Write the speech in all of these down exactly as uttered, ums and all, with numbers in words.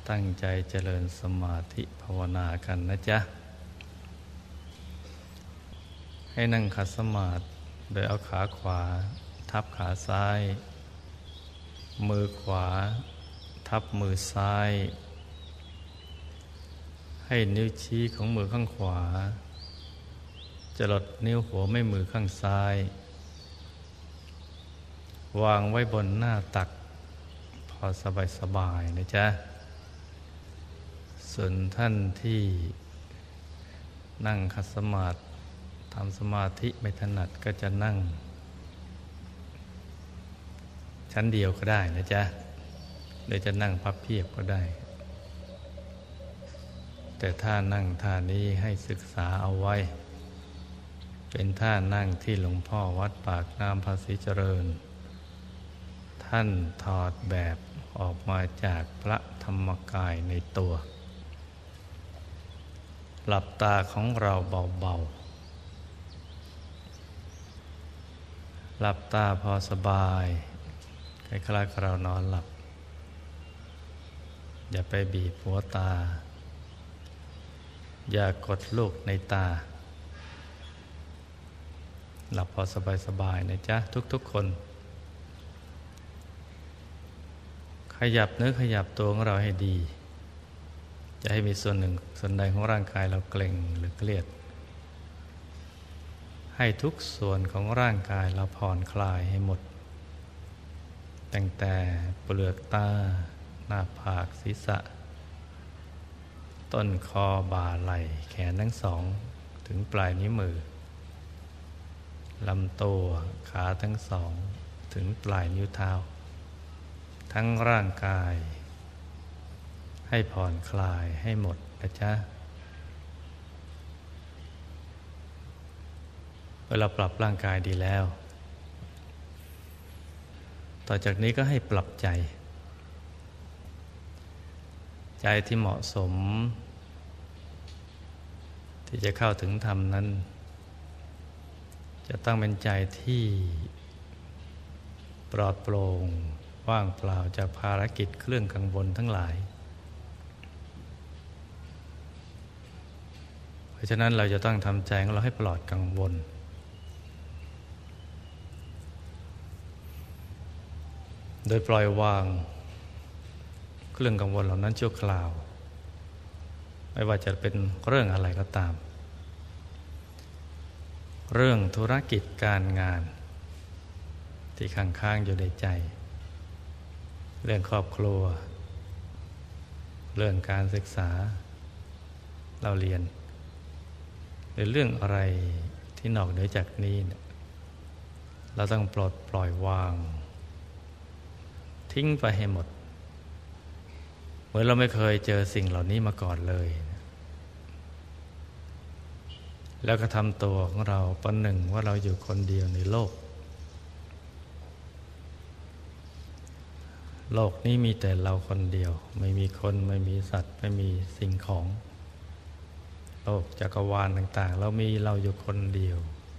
ตั้งใจเจริญสมาธิภาวนากันนะจ๊ะให้นั่งขัดสมาธิโดยเอาขาขวาทับขาซ้ายมือขวาทับมือซ้ายให้นิ้วชี้ของมือข้างขวาจรดนิ้วหัวแม่มือข้างซ้ายวางไว้บนหน้าตักพอสบายๆนะจ๊ะส่วนท่านที่นั่งขัดสมาธิทำสมาธิไม่ถนัดก็จะนั่งชั้นเดียวก็ได้นะจ๊ะหรือจะนั่งพับเพียบก็ได้แต่ท่านั่งท่านี้ให้ศึกษาเอาไว้เป็นท่านั่งที่หลวงพ่อวัดปากน้ำภาษีเจริญท่านถอดแบบออกมาจากพระธรรมกายในตัวหลับตาของเราเบาๆหลับตาพอสบายคล้ายๆเรานอนหลับอย่าไปบีบหัวตาอย่ากดลูกในตาหลับพอสบายๆนะจ๊ะทุกๆคนขยับเนื้อขยับตัวของเราให้ดีจะให้มีส่วนหนึ่งส่วนใดของร่างกายเราเกร็งหรือเครียดให้ทุกส่วนของร่างกายเราผ่อนคลายให้หมดตั้งแต่เปลือกตาหน้าผากศีรษะต้นคอบ่าไหล่แขนทั้งสองถึงปลายนิ้วมือลำตัวขาทั้งสองถึงปลายนิ้วเท้าทั้งร่างกายให้ผ่อนคลายให้หมดนะจ๊ะเวลาปรับร่างกายดีแล้วต่อจากนี้ก็ให้ปรับใจใจที่เหมาะสมที่จะเข้าถึงธรรมนั้นจะต้องเป็นใจที่ปลอดโปร่งว่างเปล่าจากภารกิจเครื่องกังวลทั้งหลายเพราะฉะนั้นเราจะต้องทำใจของเราให้ปลอดกังวลโดยปล่อยวางเครื่องกังวลเหล่านั้นชั่วคราวไม่ว่าจะเป็นเรื่องอะไรก็ตามเรื่องธุรกิจการงานที่ค้างๆอยู่ในใจเรื่องครอบครัวเรื่องการศึกษาเราเรียนหรือเรื่องอะไรที่นอกเหนือจากนี้เนี่ยเราต้องปลดปล่อยวางทิ้งไปให้หมดเหมือนเราไม่เคยเจอสิ่งเหล่านี้มาก่อนเลยแล้วก็ทำตัวของเราประหนึ่งว่าเราอยู่คนเดียวในโลกโลกนี้มีแต่เราคนเดียวไม่มีคนไม่มีสัตว์ไม่มีสิ่งของโลกจักรวาลต่างๆเรามีเราอยู่คนเดียว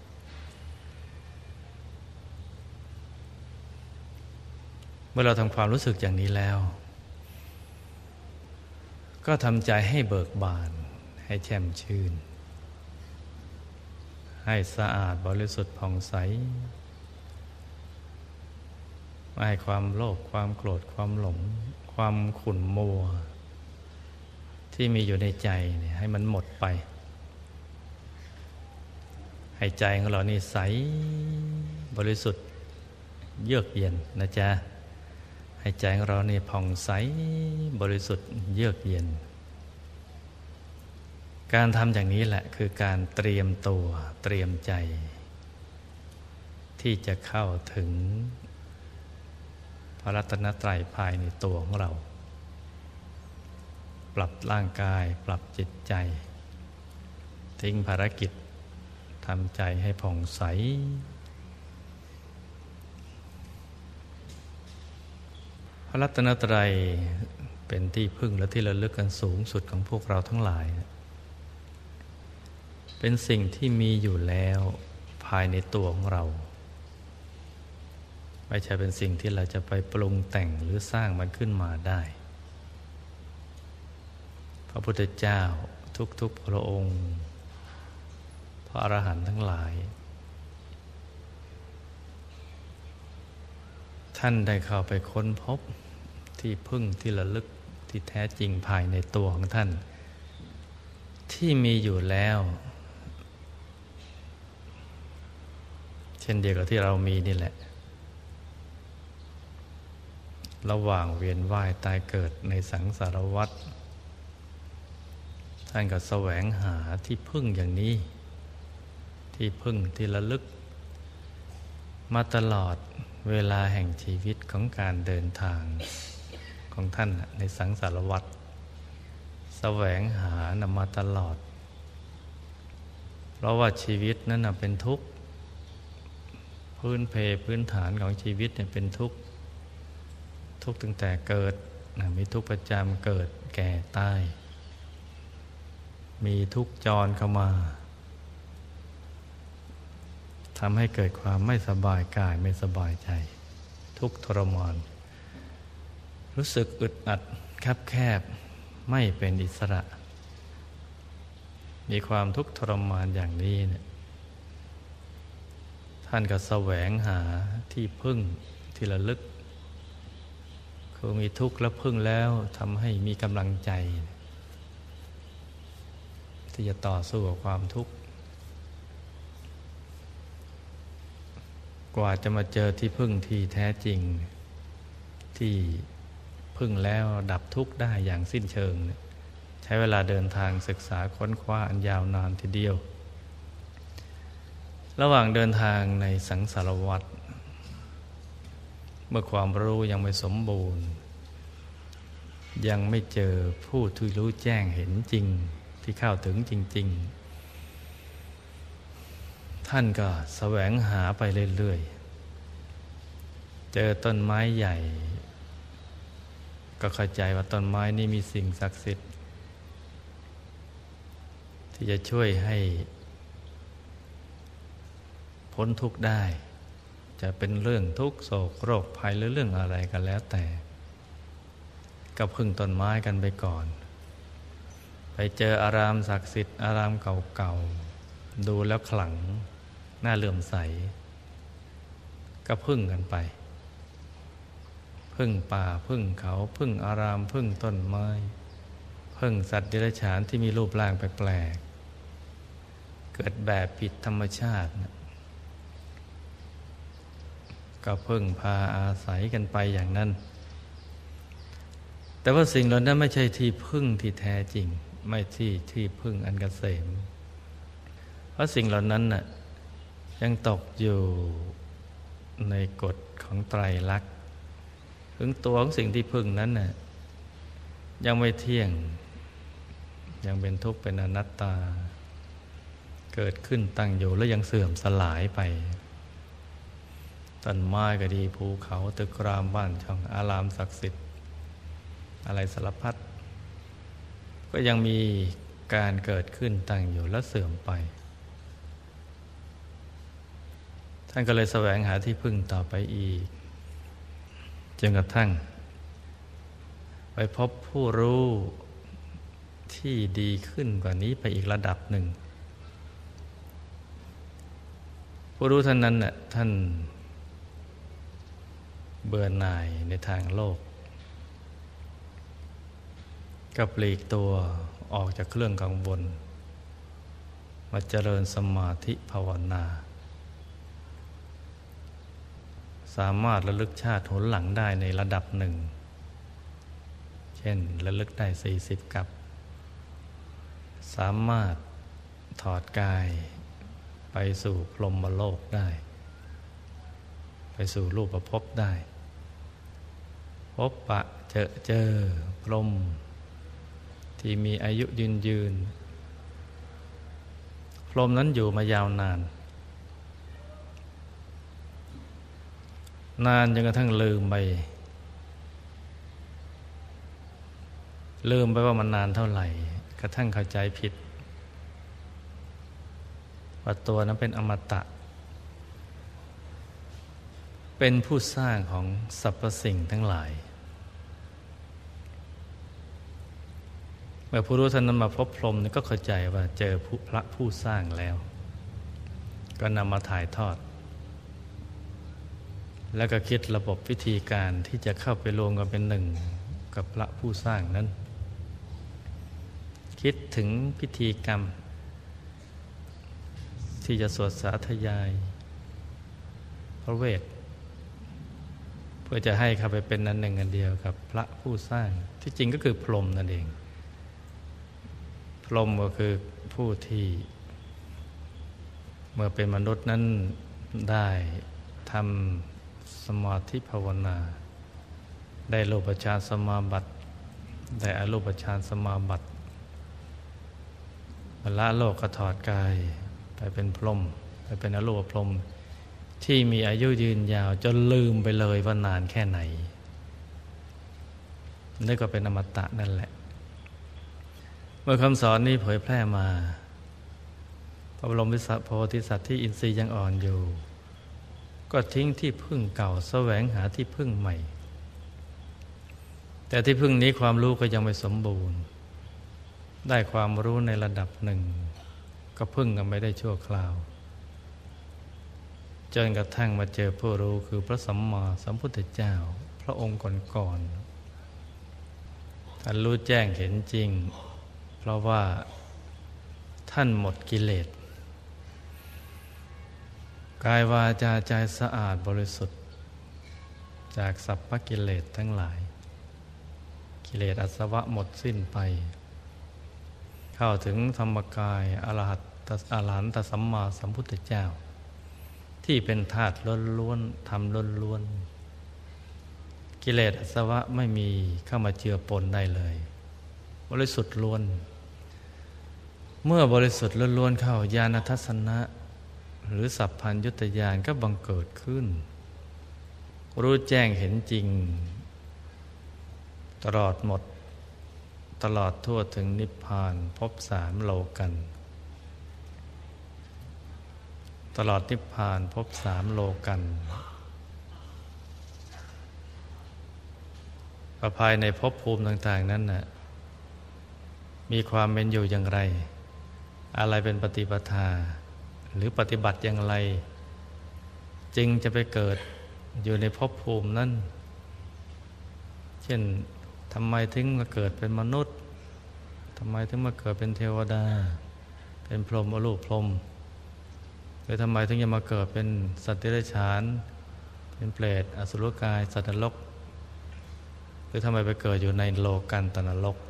เมื่อเราทำความรู้สึกอย่างนี้แล้วก็ทำใจให้เบิกบานให้แช่มชื่นให้สะอาดบริสุทธิ์ผ่องใสไม่ให้ความโลภความโกรธความหลงความขุ่นมัวที่มีอยู่ในใจเนี่ยให้มันหมดไปให้ใจของเรานี่ใสบริสุทธิ์เยือกเย็นนะจ๊ะให้ใจของเรานี่ผ่องใสบริสุทธิ์เยือกเย็นการทำอย่างนี้แหละคือการเตรียมตัวเตรียมใจที่จะเข้าถึงพระรัตนตรัยภายในตัวของเราปรับร่างกายปรับจิตใจทิ้งภารกิจทำใจให้ผ่องใสพระรัตนตรัยเป็นที่พึ่งและที่ระลึกกันสูงสุดของพวกเราทั้งหลายเป็นสิ่งที่มีอยู่แล้วภายในตัวของเราไม่ใช่เป็นสิ่งที่เราจะไปปรุงแต่งหรือสร้างมันขึ้นมาได้พระพุทธเจ้าทุกๆพระองค์พระอรหันต์ทั้งหลายท่านได้เข้าไปค้นพบที่พึ่งที่ระลึกที่แท้จริงภายในตัวของท่านที่มีอยู่แล้วเช่นเดียวกับที่เรามีนี่แหละระหว่างเวียนว่ายตายเกิดในสังสารวัฏท่านก็แสวงหาที่พึ่งอย่างนี้ที่พึ่งที่ระลึกมาตลอดเวลาแห่งชีวิตของการเดินทางของท่านในสังสารวัฏแสวงหานำมาตลอดเพราะว่าชีวิตนั้นเป็นทุกข์พื้นเพพื้นฐานของชีวิตเนี่ยเป็นทุกข์ทุกข์ตั้งแต่เกิดมีทุกข์ประจำเกิดแก่ตายมีทุกข์จรเข้ามาทำให้เกิดความไม่สบายกายไม่สบายใจทุกข์ทรมานรู้สึกอึดอัดคับแคบไม่เป็นอิสระมีความทุกข์ทรมานอย่างนี้เนี่ยท่านก็แสวงหาที่พึ่งที่ระลึกคือมีทุกข์แล้วพึ่งแล้วทำให้มีกำลังใจที่จะต่อสู้กับความทุกข์กว่าจะมาเจอที่พึ่งที่แท้จริงที่พึ่งแล้วดับทุกข์ได้อย่างสิ้นเชิงใช้เวลาเดินทางศึกษาค้นคว้าอันยาวนานทีเดียวระหว่างเดินทางในสังสารวัฏเมื่อความรู้ยังไม่สมบูรณ์ยังไม่เจอผู้ที่รู้แจ้งเห็นจริงที่เข้าถึงจริงๆท่านก็แสวงหาไปเรื่อยๆเจอต้นไม้ใหญ่ก็เข้าใจว่าต้นไม้นี้มีสิ่งศักดิ์สิทธิ์ที่จะช่วยให้พ้นทุกข์ได้จะเป็นเรื่องทุกข์โศกโรคภัยหรือเรื่องอะไรกันแล้วแต่ก็พึ่งต้นไม้กันไปก่อนไปเจออารามศักดิ์สิทธิ์อารามเก่าๆดูแล้วขลังน่าเลื่อมใสก็พึ่งกันไปพึ่งป่าพึ่งเขาพึ่งอารามพึ่งต้นไม้พึ่งสัตว์เดรัจฉานที่มีรูปร่างแปลกๆเกิดแบบผิดธรรมชาติก็พึ่งพาอาศัยกันไปอย่างนั้นแต่ว่าสิ่งเหล่านั้นไม่ใช่ที่พึ่งที่แท้จริงไม่ที่ที่พึ่งอันเกษมเพราะสิ่งเหล่านั้นน่ะยังตกอยู่ในกฎของไตรลักษณ์ถึงตัวของสิ่งที่พึ่งนั้นน่ะยังไม่เที่ยงยังเป็นทุกข์เป็นอนัตตาเกิดขึ้นตั้งอยู่แล้วยังเสื่อมสลายไปต้นไม้ก็ดีภูเขาตึกรามบ้านช่องอารามศักดิ์สิทธิ์อะไรสารพัดก็ยังมีการเกิดขึ้นตั้งอยู่และเสื่อมไปท่านก็เลยแสวงหาที่พึ่งต่อไปอีกจนกระทั่งไปพบผู้รู้ที่ดีขึ้นกว่านี้ไปอีกระดับหนึ่งผู้รู้ท่านนั้นน่ะท่านเบื่อหน่ายในทางโลกก็ปลีกตัวออกจากเครื่องกังวลมาเจริญสมาธิภาวนาสามารถระลึกชาติหนหลังได้ในระดับหนึ่งเช่นระลึกได้สี่สิบกับสามารถถอดกายไปสู่พรหมโลกได้ไปสู่รูปภพได้พบปะเจอเจอพรหมที่มีอายุยืนยืนพรหมนั้นอยู่มายาวนานนานจนกระทั่งลืมไปลืมไปว่ามันนานเท่าไหร่กระทั่งเข้าใจผิดว่าตัวนั้นเป็นอมตะเป็นผู้สร้างของสรรพสิ่งทั้งหลายมื่อผู้รู้ท่านนั้นมาพบพรหมนี่ก็เข้าใจว่าเจอพระผู้สร้างแล้วก็นำมาถ่ายทอดแล้วก็คิดระบบวิธีการที่จะเข้าไปรวมกันเป็นหนึ่งกับพระผู้สร้างนั้นคิดถึงพิธีกรรมที่จะสวดสาธยายพระเวทเพื่อจะให้เข้าไปเป็นอันหนึ่งอันเดียวกับพระผู้สร้างที่จริงก็คือพรหมนั่นเองพรหมก็คือผู้ที่เมื่อเป็นมนุษย์นั้นได้ทำสมาธิภาวนาได้รูปฌานสมาบัติได้อรูปฌานสมาบัติละโลกก็ถอดกายไปเป็นพรหมไปเป็นอรูปพรหมที่มีอายุยืนยาวจนลืมไปเลยว่านานแค่ไหนนี่ก็เป็นอมตะนั่นแหละเมื่อคำสอนนี้เผยแพร่มาพระบรมโพธิสัตว์ที่อินทรีย์ยังอ่อนอยู่ก็ทิ้งที่พึ่งเก่าแสวงหาที่พึ่งใหม่แต่ที่พึ่งนี้ความรู้ก็ยังไม่สมบูรณ์ได้ความรู้ในระดับหนึ่งก็พึ่งกันไม่ได้ชั่วคราวจนกระทั่งมาเจอผู้รู้คือพระสัมมาสัมพุทธเจ้าพระองค์ก่อนๆท่านรู้แจ้งเห็นจริงเพราะว่าท่านหมดกิเลสกายวาจาใจสะอาดบริสุทธิ์จากสัพพกิเลสทั้งหลายกิเลสอาสวะหมดสิ้นไปเข้าถึงธรรมกายอรหัตตอรหันตสัมมาสัมพุทธเจ้าที่เป็นธาตุล้วนๆธรรมล้วนๆกิเลสอาสวะไม่มีเข้ามาเจือปนได้เลยบริสุทธิ์ล้วนเมื่อบริสุทธิ์ล้วนๆเข้าญาณทัศนะหรือสัพพัญญุตญาณก็บังเกิดขึ้นรู้แจ้งเห็นจริงตลอดหมดตลอดทั่วถึงนิพพานพบสามโลกันตลอดนิพพานพบสามโลกันภายในภพภูมิต่างๆนั้นน่ะมีความเป็นอยู่อย่างไรอะไรเป็นปฏิปทาหรือปฏิบัติอย่างไรจึงจะไปเกิดอยู่ในภพภูมินั้นเช่นทำไมถึงมาเกิดเป็นมนุษย์ทำไมถึงมาเกิดเป็นเทวดาเป็นพรหมอรูปพรหมหรือทำไมถึงจะมาเกิดเป็นสัตว์เดรัจฉานเป็นเปรตอสุรกายสัตว์นรกหรือทำไมไปเกิดอยู่ในโลกันตนรก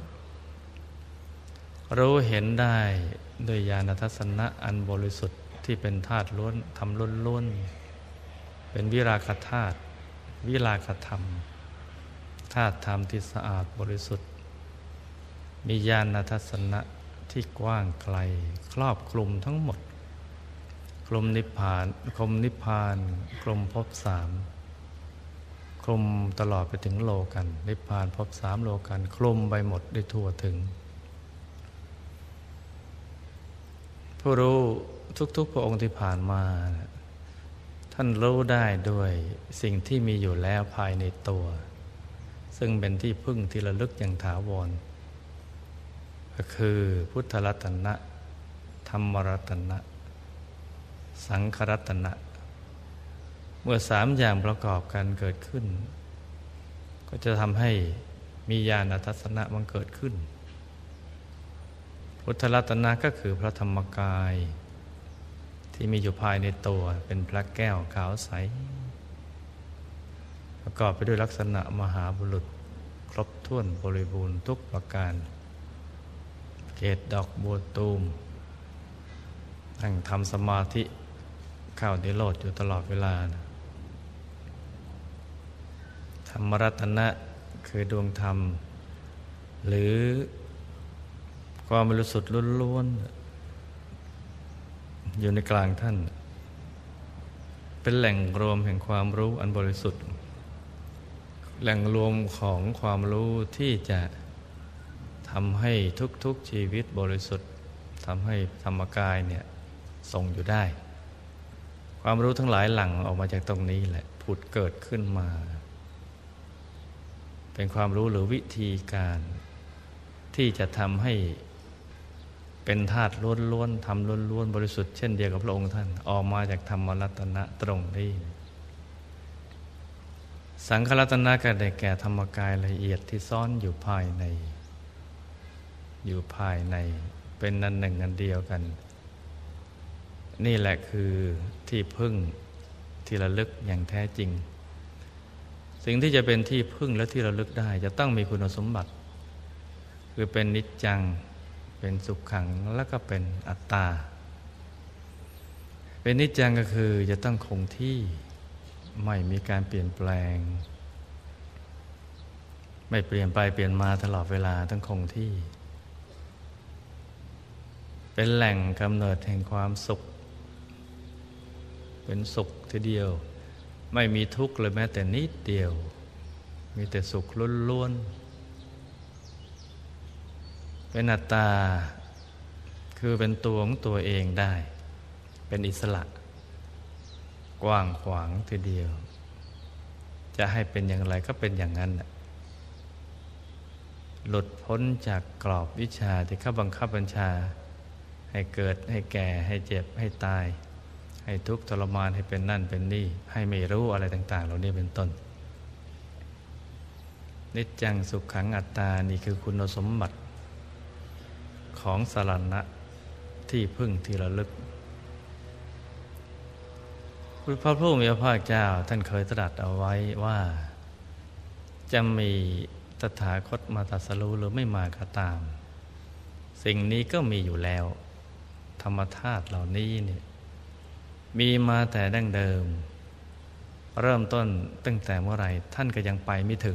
รู้เห็นได้ด้วยญาณทัศนะอันบริสุทธิ์ที่เป็นธาตุล้วนธรรมล้วนๆเป็นวิราคะธาตุวิราคะธรรมธาตุธรรมที่สะอาดบริสุทธิ์มีญาณทัศนะที่กว้างไกลครอบคลุมทั้งหมดคลุมนิพพานคลุมนิพพานคลุมภพสามคลุมตลอดไปถึงโลกันนิพพานภพสามโลกันคลุมไปหมดได้ทั่วถึงผู้รู้ทุกๆพระองค์ที่ผ่านมาท่านรู้ได้ด้วยสิ่งที่มีอยู่แล้วภายในตัวซึ่งเป็นที่พึ่งที่ระลึกอย่างถาวรก็คือพุทธรัตนะธรรมรัตนะสังฆรัตนะเมื่อสามอย่างประกอบกันเกิดขึ้นก็จะทำให้มีญาณทัศนะมันเกิดขึ้นพุทธรัตนะก็คือพระธรรมกายที่มีอยู่ภายในตัวเป็นพระแก้วขาวใสประกอบไปด้วยลักษณะมหาบุรุษครบถ้วนบริบูรณ์ทุกประการเกศดอกบัวตูมนั่งทำสมาธิเข้านิโรธอยู่ตลอดเวลานะธรรมรัตนะคือดวงธรรมหรือความบริสุทธิ์ล้วนๆอยู่ในกลางท่านเป็นแหล่งรวมแห่งความรู้อันบริสุทธิ์แหล่งรวมของความรู้ที่จะทำให้ทุกๆชีวิตบริสุทธิ์ทำให้ธรรมกายเนี่ยทรงอยู่ได้ความรู้ทั้งหลายหลั่งออกมาจากตรงนี้แหละผุดเกิดขึ้นมาเป็นความรู้หรือวิธีการที่จะทำให้เป็นธาตุล้วนๆทำล้วนๆบริสุทธิ์เช่นเดียวกับพระองค์ท่านออกมาจากธรรมรัตนะตรงนี้สังขรัตนะก็ได้แก่ธรรมกายละเอียดที่ซ่อนอยู่ภายในอยู่ภายในเป็นนันหนึ่งอันเดียวกันนี่แหละคือที่พึ่งที่ระลึกอย่างแท้จริงสิ่งที่จะเป็นที่พึ่งและที่ระลึกได้จะต้องมีคุณสมบัติคือเป็นนิจจังเป็นสุขขังแล้วก็เป็นอัตตาเป็นนิจจังก็คือจะต้องคงที่ไม่มีการเปลี่ยนแปลงไม่เปลี่ยนไปเปลี่ยนมาตลอดเวลาต้องคงที่เป็นแหล่งกำเนิดแห่งความสุขเป็นสุขทีเดียวไม่มีทุกข์เลยแม้แต่นิดเดียวมีแต่สุขล้วนๆเป็นอัตตาคือเป็นตัวของตัวเองได้เป็นอิสระกว้างขวางทีเดียวจะให้เป็นอย่างไรก็เป็นอย่างนั้นหลุดพ้นจากกรอบวิชาที่เขาบังคับบัญชาให้เกิดให้แก่ให้เจ็บให้ตายให้ทุกข์ทรมานให้เป็นนั่นเป็นนี่ให้ไม่รู้อะไรต่างๆเหล่านี้เป็นต้นนิจจังสุขขังอัตตานี่คือคุณสมบัติของสรณะที่พึ่งที่ระลึกพระผู้มีพระภาคเจ้าท่านเคยตรัสเอาไว้ว่าจะมีตถาคตมาตรัสรู้หรือไม่มาก็ตามสิ่งนี้ก็มีอยู่แล้วธรรมธาตุเหล่านี้เนี่ยมีมาแต่ดั้งเดิมเริ่มต้นตั้งแต่เมื่อไหร่ท่านก็ยังไปไม่ถึง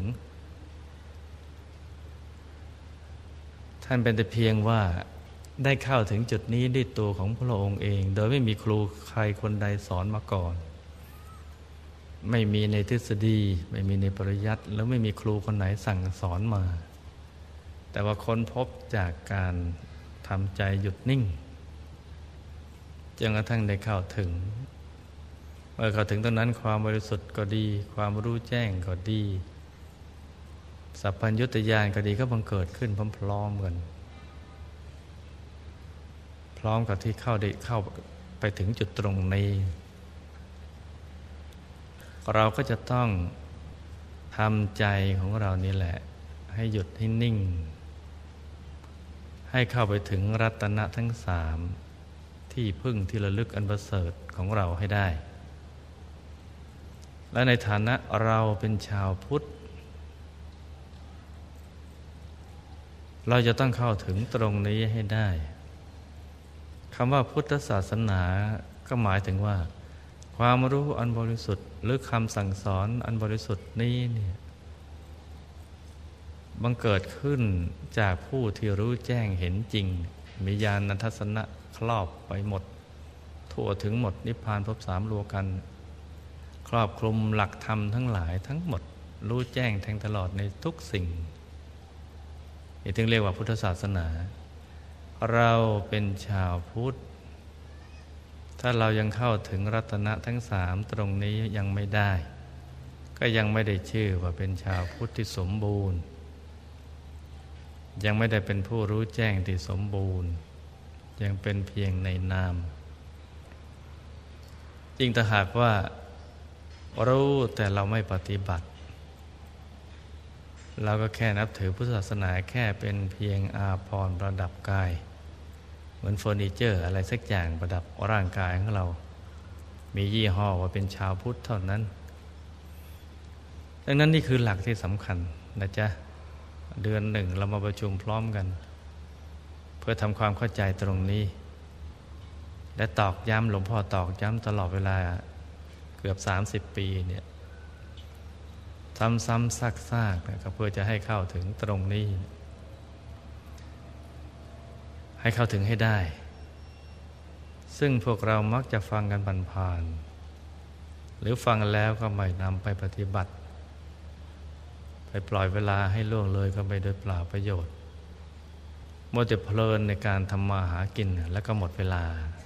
ท่านเป็นแต่เพียงว่าได้เข้าถึงจุดนี้ด้วยตัวของพระองค์เองโดยไม่มีครูใครคนใดสอนมาก่อนไม่มีในทฤษฎีไม่มีในปริยัติแล้วไม่มีครูคนไหนสั่งสอนมาแต่ว่าค้นพบจากการทำใจหยุดนิ่งจนกระทั่งได้เข้าถึงเมื่อเข้าถึงตรงนั้นความบริสุทธิ์ก็ดีความรู้แจ้งก็ดีสัพพัญญุตญาณก็ดีก็บังเกิดขึ้นพร้อมๆกันพร้อมกับที่เข้าได้เข้าไปถึงจุดตรงนี้เราก็จะต้องทำใจของเรานี่แหละให้หยุดให้นิ่งให้เข้าไปถึงรัตนะทั้งสามที่พึ่งที่ระลึกอันประเสริฐของเราให้ได้และในฐานะเราเป็นชาวพุทธเราจะต้องเข้าถึงตรงนี้ให้ได้คำว่าพุทธศาสนาก็หมายถึงว่าความรู้อันบริสุทธิ์หรือคำสั่งสอนอันบริสุทธิ์นี้เนี่ยบังเกิดขึ้นจากผู้ที่รู้แจ้งเห็นจริงมีญาณทัศนะครอบไปหมดทั่วถึงหมดนิพพานภพสามรวมกันครอบคลุมหลักธรรมทั้งหลายทั้งหมดรู้แจ้งแทงตลอดในทุกสิ่งนี่ถึงเรียกว่าพุทธศาสนาเราเป็นชาวพุทธถ้าเรายังเข้าถึงรัตนะทั้งสามตรงนี้ยังไม่ได้ก็ยังไม่ได้ชื่อว่าเป็นชาวพุทธที่สมบูรณ์ยังไม่ได้เป็นผู้รู้แจ้งที่สมบูรณ์ยังเป็นเพียงในนามจริงแต่หากว่ารู้แต่เราไม่ปฏิบัติเราก็แค่นับถือพุทธศาสนาแค่เป็นเพียงอาภรณ์ประดับกายเหมือนเฟอร์นิเจอร์อะไรสักอย่างประดับร่างกายของเรามียี่ห้อว่าเป็นชาวพุทธเท่านั้นดังนั้นนี่คือหลักที่สำคัญนะจ๊ะเดือนหนึ่งเรามาประชุมพร้อมกันเพื่อทำความเข้าใจตรงนี้และตอกย้ำหลวงพ่อตอกย้ำตลอดเวลาเกือบสามสิบปีเนี่ยซ้ำๆซากๆนะครับเพื่อจะให้เข้าถึงตรงนี้ให้เข้าถึงให้ได้ซึ่งพวกเรามักจะฟังกันผ่านๆหรือฟังแล้วก็ไม่นำไปปฏิบัติไปปล่อยเวลาให้ล่วงเลยก็ไม่โดยเปล่าประโยชน์มัวแต่เพลินในการทำมาหากินแล้วก็หมดเวลา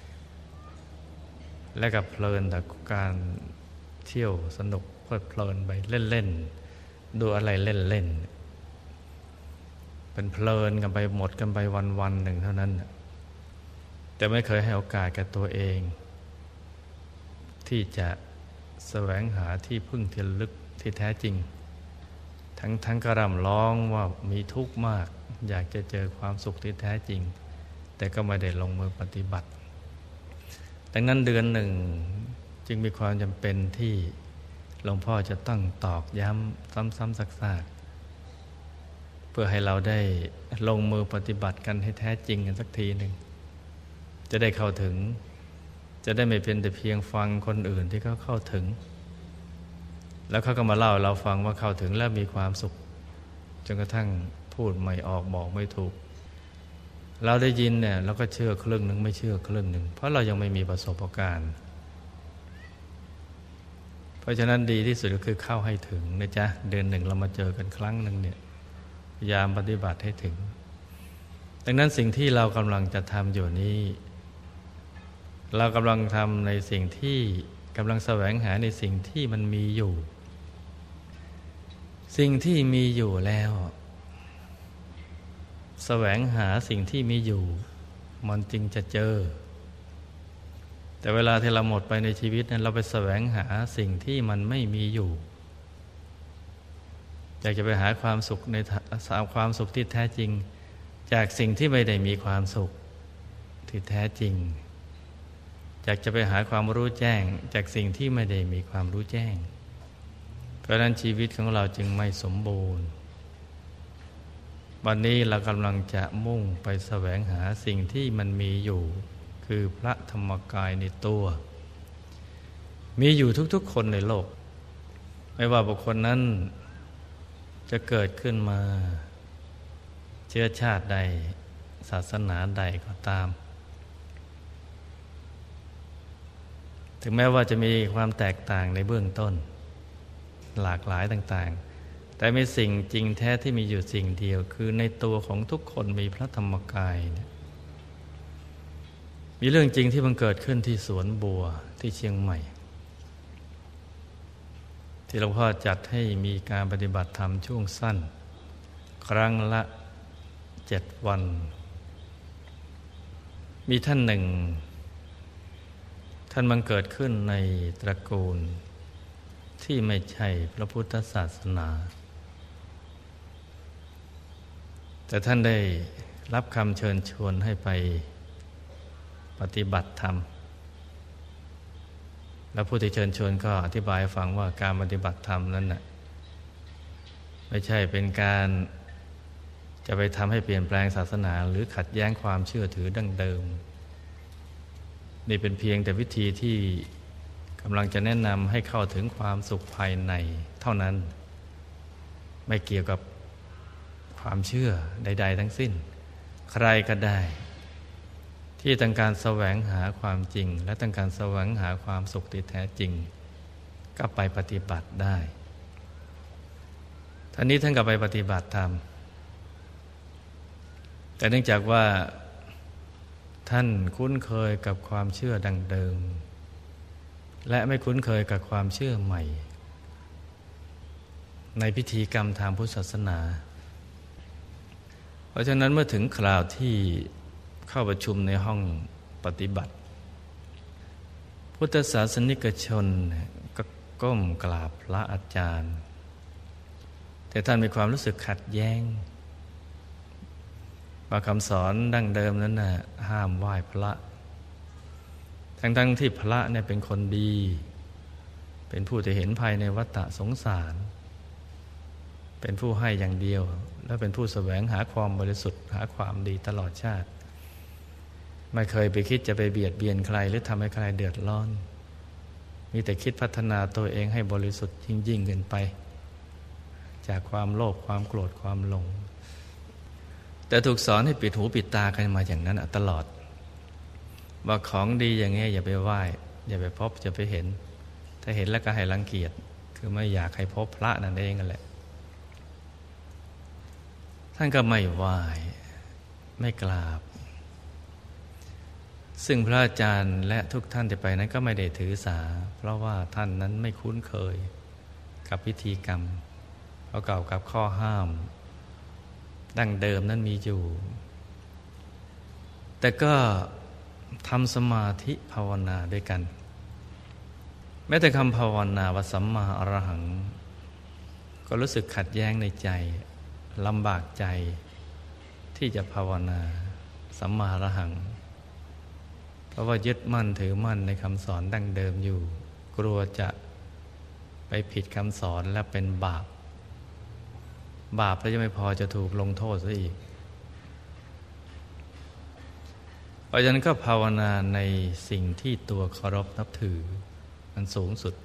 และกับเพลินแต่การเที่ยวสนุกเพลิดเพลินไปเล่นๆดูอะไรเล่นๆเป็นเพลินกันไปหมดกันไปวันๆหนึ่งเท่านั้นแต่ไม่เคยให้โอกาสกับตัวเองที่จะแสวงหาที่พึ่งที่ลึกที่แท้จริงทั้งทั้งกระร่ำร้องว่ามีทุกข์มากอยากจะเจอความสุขที่แท้จริงแต่ก็ไม่ได้ลงมือปฏิบัติดังนั้นเดือนหนึ่งจึงมีความจำเป็นที่หลวงพ่อจะต้องตอกย้ำซ้ำๆซักๆเพื่อให้เราได้ลงมือปฏิบัติกันให้แท้จริงกันสักทีหนึ่งจะได้เข้าถึงจะได้ไม่เป็นแต่เพียงฟังคนอื่นที่เขาเข้าถึงแล้วเขาก็มาเล่าเราฟังว่าเข้าถึงแล้วมีความสุขจนกระทั่งพูดไม่ออกบอกไม่ถูกเราได้ยินเนี่ยเราก็เชื่อครึ่งหนึ่งไม่เชื่อครึ่งหนึ่งเพราะเรายังไม่มีประสบการณ์เพราะฉะนั้นดีที่สุดก็คือเข้าให้ถึงนะจ๊ะเดือนหนึ่งเรามาเจอกันครั้งหนึ่งเนี่ยพยายามปฏิบัติให้ถึงดังนั้นสิ่งที่เรากำลังจะทำอยู่นี้เรากำลังทำในสิ่งที่กำลังแสวงหาในสิ่งที่มันมีอยู่สิ่งที่มีอยู่แล้วแสวงหาสิ่งที่มีอยู่มันจึงจะเจอแต่เวลาที่เราหมดไปในชีวิตนั้นเราไปแสวงหาสิ่งที่มันไม่มีอยู่อยากจะไปหาความสุขในสามความสุขที่แท้จริงจากสิ่งที่ไม่ได้มีความสุขที่แท้จริงอยากจะไปหาความรู้แจ้งจากสิ่งที่ไม่ได้มีความรู้แจ้งเพราะนั้นชีวิตของเราจึงไม่สมบูรณ์วันนี้เรากำลังจะมุ่งไปแสวงหาสิ่งที่มันมีอยู่คือพระธรรมกายในตัวมีอยู่ทุกๆคนในโลกไม่ว่าบุคคลนั้นจะเกิดขึ้นมาเชื้อชาติใดศาสนาใดก็ตามถึงแม้ว่าจะมีความแตกต่างในเบื้องต้นหลากหลายต่างๆแต่มีสิ่งจริงแท้ที่มีอยู่สิ่งเดียวคือในตัวของทุกคนมีพระธรรมกายเนี่ยมีเรื่องจริงที่มันเกิดขึ้นที่สวนบัวที่เชียงใหม่ที่หลวงพ่อจัดให้มีการปฏิบัติธรรมช่วงสั้นครั้งละเจ็ดวันมีท่านหนึ่งท่านบังเกิดขึ้นในตระกูลที่ไม่ใช่พระพุทธศาสนาแต่ท่านได้รับคำเชิญชวนให้ไปปฏิบัติธรรมแล้วผู้ที่เชิญชวนก็อธิบายฟังว่าการปฏิบัติธรรมนั้นน่ะไม่ใช่เป็นการจะไปทำให้เปลี่ยนแปลงศาสนาหรือขัดแย้งความเชื่อถือดั้งเดิมนี่เป็นเพียงแต่วิธีที่กำลังจะแนะนำให้เข้าถึงความสุขภายในเท่านั้นไม่เกี่ยวกับความเชื่อใดๆทั้งสิ้นใครก็ได้ที่ต้องการแสวงหาความจริงและต้องการแสวงหาความสุขที่แท้จริงก็ไปปฏิบัติได้ท่านนี้ท่านก็ไปปฏิบัติธรรมแต่เนื่องจากว่าท่านคุ้นเคยกับความเชื่อดังเดิมและไม่คุ้นเคยกับความเชื่อใหม่ในพิธีกรรมทางพุทธศาสนาเพราะฉะนั้นเมื่อถึงคราวที่เข้าประชุมในห้องปฏิบัติพุทธศาสนิกชนก็ก้มกราบพระอาจารย์แต่ท่านมีความรู้สึกขัดแย้งว่าคำสอนดั้งเดิมนั้นน่ะห้ามไหว้พระทั้งๆที่พระเนี่ยเป็นคนดีเป็นผู้ที่เห็นภัยในวัฏสงสารเป็นผู้ให้อย่างเดียวและเป็นผู้แสวงหาความบริสุทธิ์หาความดีตลอดชาติไม่เคยไปคิดจะไปเบียดเบียนใครหรือทำให้ใครเดือดร้อนมีแต่คิดพัฒนาตัวเองให้บริสุทธิ์ยิ่งๆขึ้นไปจากความโลภความโกรธความหลงแต่ถูกสอนให้ปิดหูปิดตากันมาอย่างนั้นตลอดว่าของดีอย่างนี้อย่าไปไหว้อย่าไปพบอย่าไปเห็นถ้าเห็นแล้วก็ให้รังเกียจคือไม่อยากให้พบพระนั่นเองนั่นแหละท่านก็ไม่ไหว้ไม่กราบซึ่งพระอาจารย์และทุกท่านที่ไปนั้นก็ไม่ได้ถือสาเพราะว่าท่านนั้นไม่คุ้นเคยกับพิธีกรรมเพราะเก่ากับข้อห้ามดั้งเดิมนั้นมีอยู่แต่ก็ทำสมาธิภาวนาด้วยกันแม้แต่คำภาวนาว่าสัมมาอรหังก็รู้สึกขัดแย้งในใจลำบากใจที่จะภาวนาสัมมาอรหังเพราะว่ายึดมั่นถือมั่นในคำสอนดั้งเดิมอยู่กลัวจะไปผิดคำสอนและเป็นบาปบาปแล้วจะไม่พอจะถูกลงโทษซะอีกเพราะฉะนั้นก็ภาวนาในสิ่งที่ตัวเคารพนับถือมันสูงสุด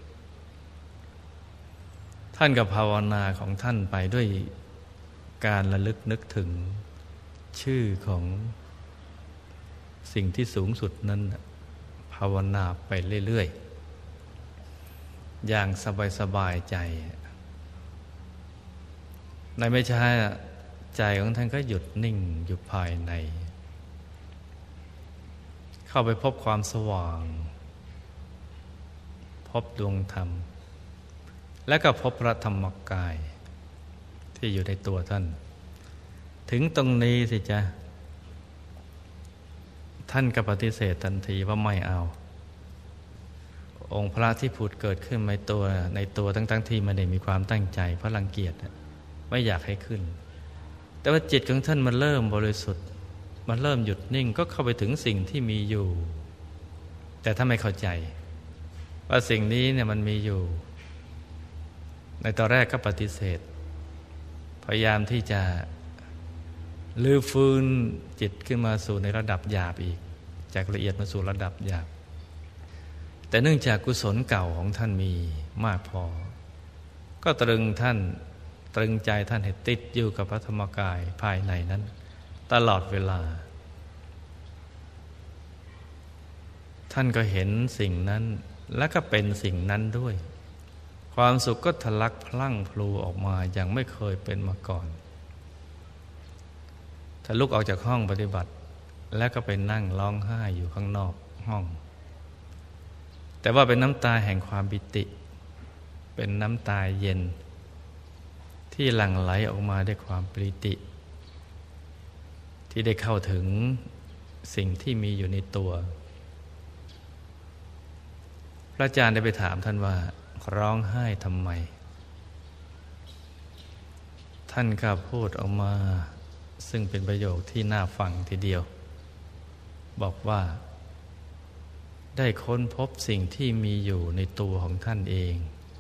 ท่านกับภาวนาของท่านไปด้วยการระลึกนึกถึงชื่อของสิ่งที่สูงสุดนั้นภาวนาไปเรื่อยๆอย่างสบายๆใจในไม่ช้าใจของท่านก็หยุดนิ่งอยู่ภายในเข้าไปพบความสว่างพบดวงธรรมและก็พบพระธรรมกายที่อยู่ในตัวท่านถึงตรงนี้สิจ๊ะท่านก็ปฏิเสธทันทีว่าไม่เอาองค์พระที่ผุดเกิดขึ้นในตัวในตัวทั้งๆที่ไม่ได้มีความตั้งใจเพราะรังเกียจไม่อยากให้ขึ้นแต่ว่าจิตของท่านมันเริ่มบริสุทธิ์มันเริ่มหยุดนิ่งก็เข้าไปถึงสิ่งที่มีอยู่แต่ถ้าไม่เข้าใจว่าสิ่งนี้เนี่ยมันมีอยู่ในตอนแรกก็ปฏิเสธพยายามที่จะลื้อฟื้นจิตขึ้นมาสู่ในระดับหยาบอีกจากละเอียดมาสู่ระดับหยาบแต่เนื่องจากกุศลเก่าของท่านมีมากพอก็ตรึงท่านตรึงใจท่านให้ติดอยู่กับพระธรรมกายภายในนั้นตลอดเวลาท่านก็เห็นสิ่งนั้นและก็เป็นสิ่งนั้นด้วยความสุขก็ทะลักพลั่งพลูออกมาอย่างไม่เคยเป็นมาก่อนถ้าลุกออกจากห้องปฏิบัติแล้วก็ไปนั่งร้องไห้อยู่ข้างนอกห้องแต่ว่าเป็นน้ำตาแห่งความปิติเป็นน้ำตาเย็นที่หลั่งไหลออกมาด้วยความปิติที่ได้เข้าถึงสิ่งที่มีอยู่ในตัวพระอาจารย์ได้ไปถามท่านว่าร้องไห้ทำไมท่านก็พูดออกมาซึ่งเป็นประโยคที่น่าฟังทีเดียวบอกว่าได้ค้นพบสิ่งที่มีอยู่ในตัวของท่านเอง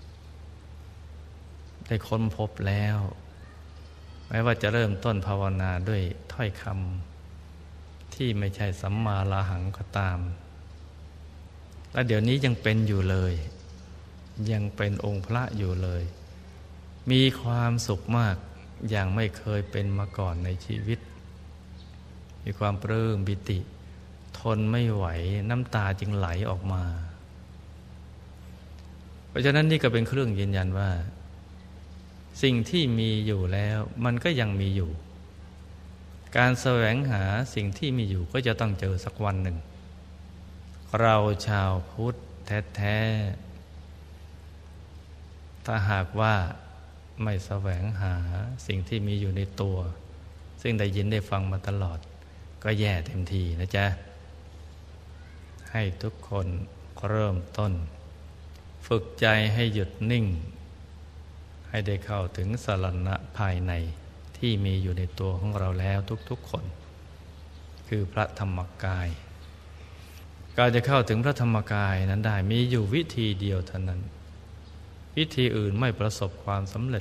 ได้ค้นพบแล้วแม้ว่าจะเริ่มต้นภาวนาด้วยถ้อยคำที่ไม่ใช่สัมมาลาหังก็ตามและเดี๋ยวนี้ยังเป็นอยู่เลยยังเป็นองค์พระอยู่เลยมีความสุขมากอย่างไม่เคยเป็นมาก่อนในชีวิตมีความปลื้มปิติทนไม่ไหวน้ำตาจึงไหลออกมาเพราะฉะนั้นนี่ก็เป็นเครื่องยืนยันว่าสิ่งที่มีอยู่แล้วมันก็ยังมีอยู่การแสวงหาสิ่งที่มีอยู่ก็จะต้องเจอสักวันหนึ่งเราชาวพุทธแท้ๆถ้าหากว่าไม่แสวงหาสิ่งที่มีอยู่ในตัวซึ่งได้ยินได้ฟังมาตลอดก็แย่เต็มทีนะจ๊ะให้ทุกคนเริ่มต้นฝึกใจให้หยุดนิ่งให้ได้เข้าถึงสรณะภายในที่มีอยู่ในตัวของเราแล้วทุกๆคนคือพระธรรมกายการจะเข้าถึงพระธรรมกายนั้นได้มีอยู่วิธีเดียวเท่านั้นวิธีอื่นไม่ประสบความสำเร็จ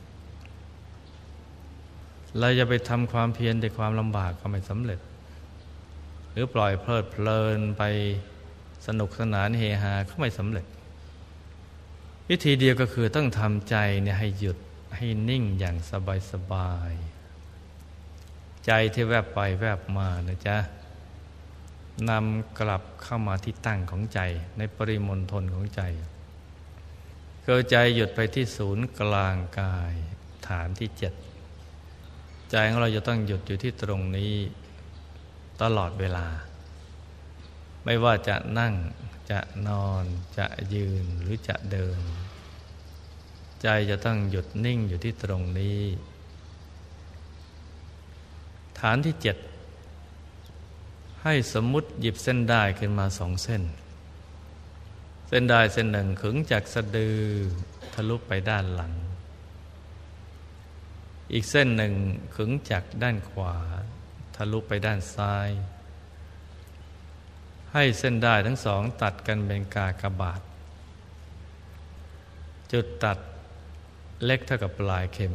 เราจะไปทำความเพียรด้วยความลำบากก็ไม่สำเร็จหรือปล่อยเพลิดเพลินไปสนุกสนานเฮฮาก็ไม่สำเร็จวิธีเดียวก็คือต้องทำใจเนี่ยให้หยุดให้นิ่งอย่างสบายๆใจที่แวบไปแวบมานะจ๊ะนำกลับเข้ามาที่ตั้งของใจในปริมณฑลของใจคือใจหยุดไปที่ศูนย์กลางกายฐานที่เจ็ดใจของเราจะต้องหยุดอยู่ที่ตรงนี้ตลอดเวลาไม่ว่าจะนั่งจะนอนจะยืนหรือจะเดินใจจะต้องหยุดนิ่งอยู่ที่ตรงนี้ฐานที่เจ็ดให้สมมุติหยิบเส้นด้ายขึ้นมาสองเส้นเส้นด้ายเส้นหนึ่งขึงจากสะดือทะลุไปด้านหลังอีกเส้นหนึ่งขึงจากด้านขวาทะลุไปด้านซ้ายให้เส้นด้ายทั้งสองตัดกันเป็นกากบาทจุดตัดเล็กเท่ากับปลายเข็ม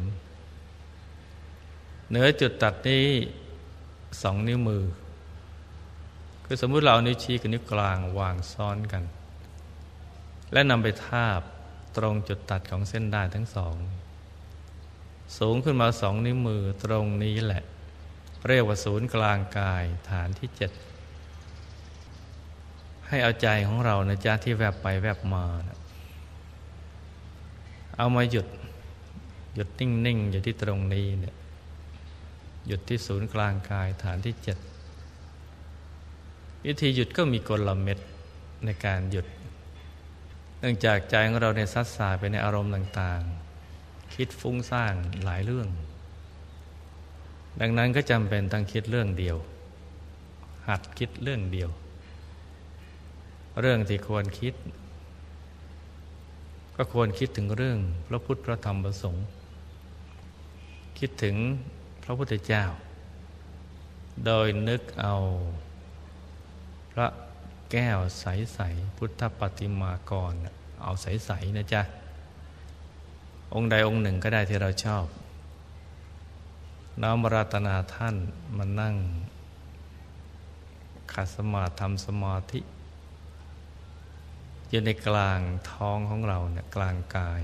เหนือจุดตัดนี้สองนิ้วมือคือสมมุติเราเอานิ้วชี้กับนิ้วกลางวางซ้อนกันและนำไปทาบตรงจุดตัดของเส้นด้ายทั้งสองสูงขึ้นมาสองนิ้วมือตรงนี้แหละเรียกว่าศูนย์กลางกายฐานที่เจ็ดให้เอาใจของเรานะจ๊ะที่แวบไปแวบมานะเอามาหยุดหยุดนิ่งๆอยู่ที่ตรงนี้เนี่ยหยุดที่ศูนย์กลางกายฐานที่เจ็ดวิธีหยุดก็มีกลเม็ดในการหยุดเนื่องจากใจของเราเนี่ยซัดสายไปในอารมณ์ต่างๆคิดฟุ้งซ่านหลายเรื่องดังนั้นก็จำเป็นต้องคิดเรื่องเดียวหัดคิดเรื่องเดียวเรื่องที่ควรคิดก็ควรคิดถึงเรื่องพระพุทธพระธรรมพระสงฆ์คิดถึงพระพุทธเจ้าโดยนึกเอาพระแก้วใสๆพุทธปฏิมากรเอาใสๆนะจ๊ะองค์ใดองค์หนึ่งก็ได้ที่เราชอบน้อมรัตนาท่านมานั่งขัดสมาธิทำสมาธิอยู่ในกลางท้องของเราเนี่ยกลางกาย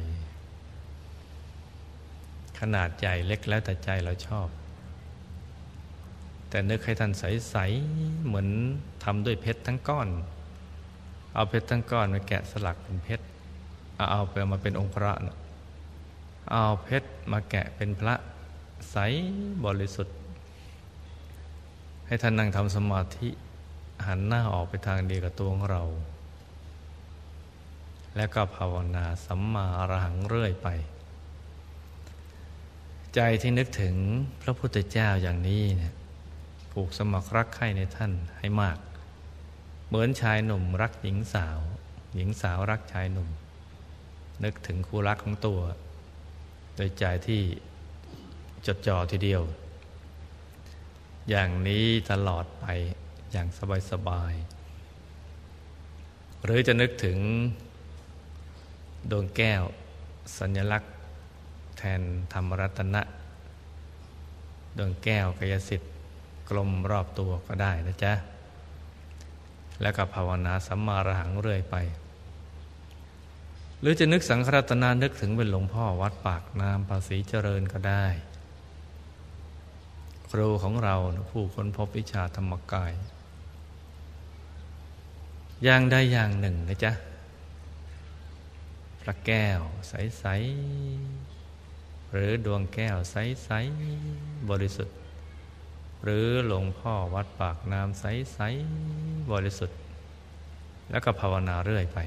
ขนาดใหญ่เล็กแล้วแต่ใจเราชอบแต่นึกให้ท่านใสๆเหมือนทำด้วยเพชรทั้งก้อนเอาเพชรทั้งก้อนมาแกะสลักเป็นเพชรเอาไปมาเป็นองค์พระนะเอาเพชรมาแกะเป็นพระใสบริสุทธิ์ให้ท่านนั่งทำสมาธิหันหน้าออกไปทางเดียวกับตัวของเราแล้วก็ภาวนาสัมมาอรหังเรื่อยไปใจที่นึกถึงพระพุทธเจ้าอย่างนี้เนี่ยผูกสมัครรักใคร่ในท่านให้มากเหมือนชายหนุ่มรักหญิงสาวหญิงสาวรักชายหนุ่มนึกถึงคู่รักของตัวโดยใจที่จดจ่อทีเดียวอย่างนี้ตลอดไปอย่างสบายๆหรือจะนึกถึงดวงแก้วสัญลักษณ์แทนธรรมรัตนะดวงแก้วกายสิทธิ์กลมรอบตัวก็ได้นะจ๊ะแล้วก็ภาวนาสัมมาอรหังเรื่อยไปหรือจะนึกสังฆรัตนานึกถึงเป็นหลวงพ่อวัดปากน้ำภาษีเจริญก็ได้ครูของเราผู้ค้นพบวิชาธรรมกายอย่างใดอย่างหนึ่งนะจ๊ะพระแก้วใสๆหรือดวงแก้วใสๆบริสุทธิ์หรือหลวงพ่อวัดปากน้ำใสๆบริสุทธิ์แล้วก็ภาวนาเรื่อยไป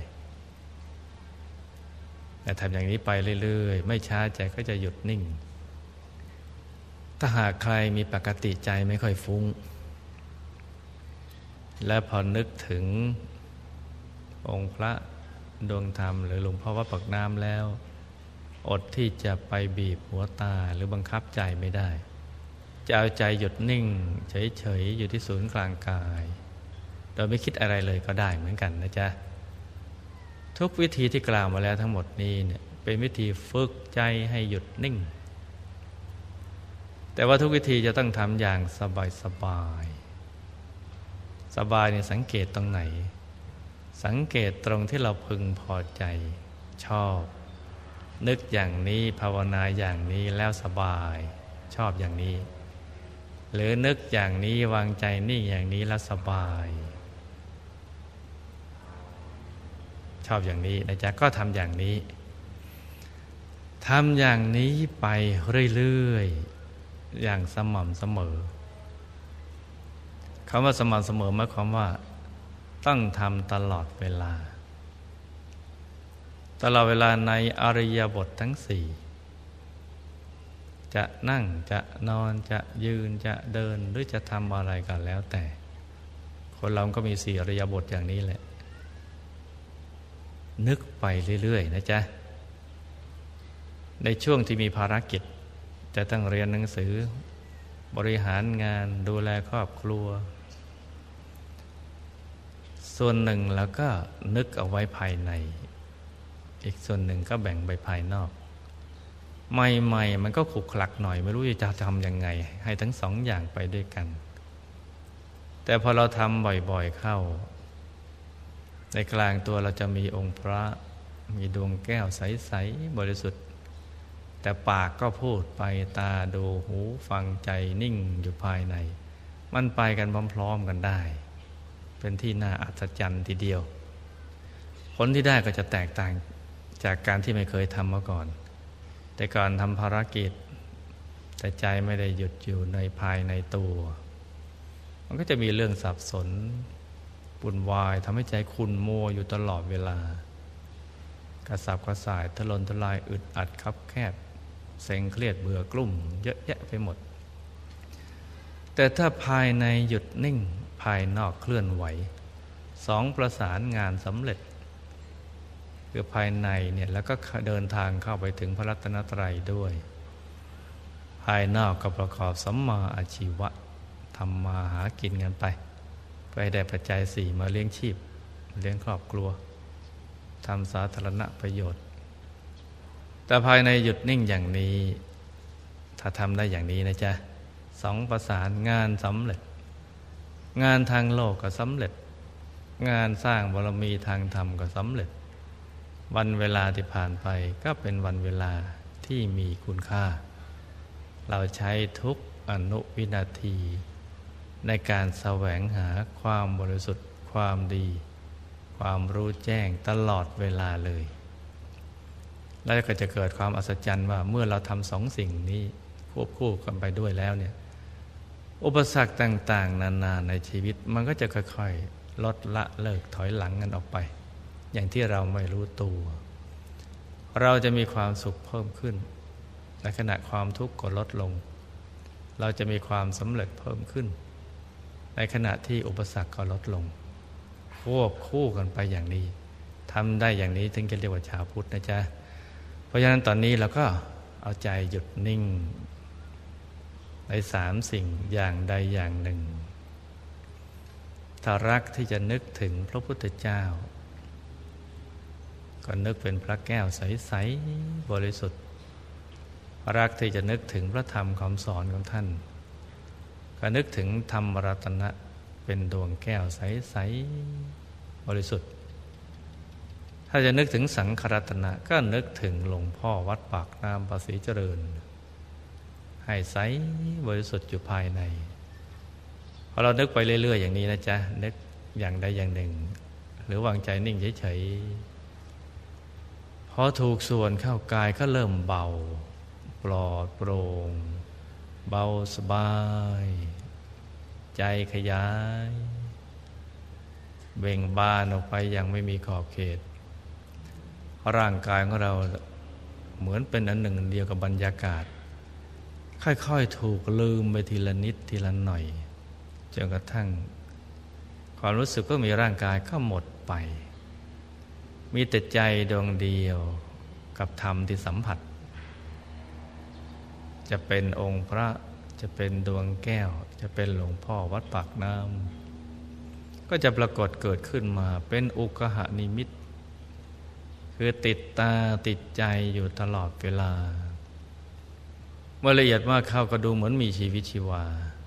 แต่ทำอย่างนี้ไปเรื่อยๆไม่ช้าใจก็จะหยุดนิ่งถ้าหากใครมีปกติใจไม่ค่อยฟุ้งและพอนึกถึงองค์พระดวงธรรมหรือหลวงพ่อวัดปากน้ำแล้วอดที่จะไปบีบหัวตาหรือบังคับใจไม่ได้จะเอาใจหยุดนิ่งเฉยๆอยู่ที่ศูนย์กลางกายโดยไม่คิดอะไรเลยก็ได้เหมือนกันนะจ๊ะทุกวิธีที่กล่าวมาแล้วทั้งหมดนี้เนี่ยเป็นวิธีฝึกใจให้หยุดนิ่งแต่ว่าทุกวิธีจะต้องทำอย่างสบายสบายสบายเนี่ยสังเกตตรงไหนสังเกตตรงที่เราพึงพอใจชอบนึกอย่างนี้ภาวนาอย่างนี้แล้วสบายชอบอย่างนี้หรือนึกอย่างนี้วางใจนิ่งอย่างนี้แล้วสบายชอบอย่างนี้นะจ๊ะก็ทำอย่างนี้ทำอย่างนี้ไปเรื่อยๆอย่างสม่ำเสมอคำว่าสม่ำเสมอหมายความว่าต้องทำตลอดเวลาตลอดเวลาในอริยบททั้งสี่จะนั่งจะนอนจะยืนจะเดินหรือจะทำอะไรกันแล้วแต่คนเราก็มีสี่อิริยาบถอย่างนี้แหละนึกไปเรื่อยๆนะจ๊ะในช่วงที่มีภารกิจจะต้องเรียนหนังสือบริหารงานดูแลครอบครัวส่วนหนึ่งแล้วก็นึกเอาไว้ภายในอีกส่วนหนึ่งก็แบ่งไปภายนอกใหม่ๆมันก็ขลุกขลักหน่อยไม่รู้จะทำยังไงให้ทั้งสองอย่างไปด้วยกันแต่พอเราทำบ่อยๆเข้าในกลางตัวเราจะมีองค์พระมีดวงแก้วใสๆบริสุทธิ์แต่ปากก็พูดไปตาดูหูฟังใจนิ่งอยู่ภายในมันไปกันพร้อมๆกันได้เป็นที่น่าอัศจรรย์ทีเดียวผลที่ได้ก็จะแตกต่างจากการที่ไม่เคยทำมาก่อนแต่ก่อนทำภารกิจแต่ใจไม่ได้หยุดอยู่ในภายในตัวมันก็จะมีเรื่องสับสนวุ่นวายทำให้ใจขุ่นมัวอยู่ตลอดเวลากระสับกระส่ายทะลนทลายอึดอัดคับแคบเซ็งเครียดเบื่อกลุ่มเยอะแยะไปหมดแต่ถ้าภายในหยุดนิ่งภายนอกเคลื่อนไหวสองประสานงานสำเร็จคือภายในเนี่ยแล้วก็เดินทางเข้าไปถึงพระรัตนตรัยด้วยภายนอกก็ประกอบสัมมาอาชีวะทำมาหากินกันไปไปได้ปัจจัยสี่มาเลี้ยงชีพเลี้ยงครอบครัวทำสาธารณประโยชน์แต่ภายในหยุดนิ่งอย่างนี้ถ้าทำได้อย่างนี้นะจ๊ะสองประสานงานสำเร็จงานทางโลกก็สำเร็จงานสร้างบารมีทางธรรมก็สำเร็จวันเวลาที่ผ่านไปก็เป็นวันเวลาที่มีคุณค่าเราใช้ทุกอนุวินาทีในการแสวงหาความบริสุทธิ์ความดีความรู้แจ้งตลอดเวลาเลยแล้วก็จะเกิดความอัศจรรย์ว่าเมื่อเราทำสองสิ่งนี้ควบคู่กันไปด้วยแล้วเนี่ยอุปสรรคต่างๆนานาในชีวิตมันก็จะค่อยๆลดละเลิกถอยหลังกันออกไปอย่างที่เราไม่รู้ตัวเราจะมีความสุขเพิ่มขึ้นในขณะความทุกข์ก็ลดลงเราจะมีความสำเร็จเพิ่มขึ้นในขณะที่อุปสรรคก็ลดลงควบคู่กันไปอย่างนี้ทำได้อย่างนี้ถึงจะเรียกว่าชาวพุทธนะจ๊ะเพราะฉะนั้นตอนนี้เราก็เอาใจหยุดนิ่งในสามสิ่งอย่างใดอย่างหนึ่งถ้ารักที่จะนึกถึงพระพุทธเจ้าก็นึกเป็นพระแก้วใสๆบริสุทธิ์รักที่จะนึกถึงพระธรรมคำสอนของท่านก็นึกถึงธรรมรัตนะเป็นดวงแก้วใสๆบริสุทธิ์ถ้าจะนึกถึงสังฆรัตนะก็นึกถึงหลวงพ่อวัดปากน้ำภาษีเจริญให้ใสบริสุทธิ์อยู่ภายในพอเรานึกไปเรื่อยๆอย่างนี้นะจ๊ะนึกอย่างใดอย่างหนึ่งหรือวางใจนิ่งเฉยๆพอถูกส่วนเข้ากายก็เริ่มเบาปลอดโปร่งเบาสบายใจขยายเบ่งบานออกไปอย่างไม่มีขอบเขตร่างกายของเราเหมือนเป็นอันหนึ่งเดียวกับบรรยากาศค่อยๆถูกลืมไปทีละนิดทีละหน่อยจนกระทั่งความรู้สึกก็มีร่างกายก็หมดไปมีแต่ใจดวงเดียวกับธรรมที่สัมผัสจะเป็นองค์พระจะเป็นดวงแก้วจะเป็นหลวงพ่อวัดปากน้ำก็จะปรากฏเกิดขึ้นมาเป็นอุกหนิมิตคือติดตาติดใจอยู่ตลอดเวลาเมื่อละเอียดมากเข้าก็ดูเหมือนมีชีวิตชีวา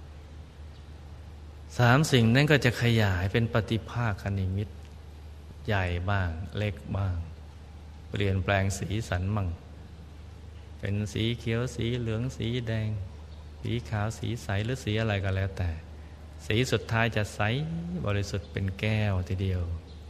สามสิ่งนั้นก็จะขยายเป็นปฏิภาคนิมิตใหญ่บ้างเล็กบ้างเปลี่ยนแปลงสีสันมั่งเป็นสีเขียวสีเหลืองสีแดงสีขาวสีใสหรือสีอะไรก็แล้วแต่สีสุดท้ายจะใสบริสุทธิ์เป็นแก้วทีเดียว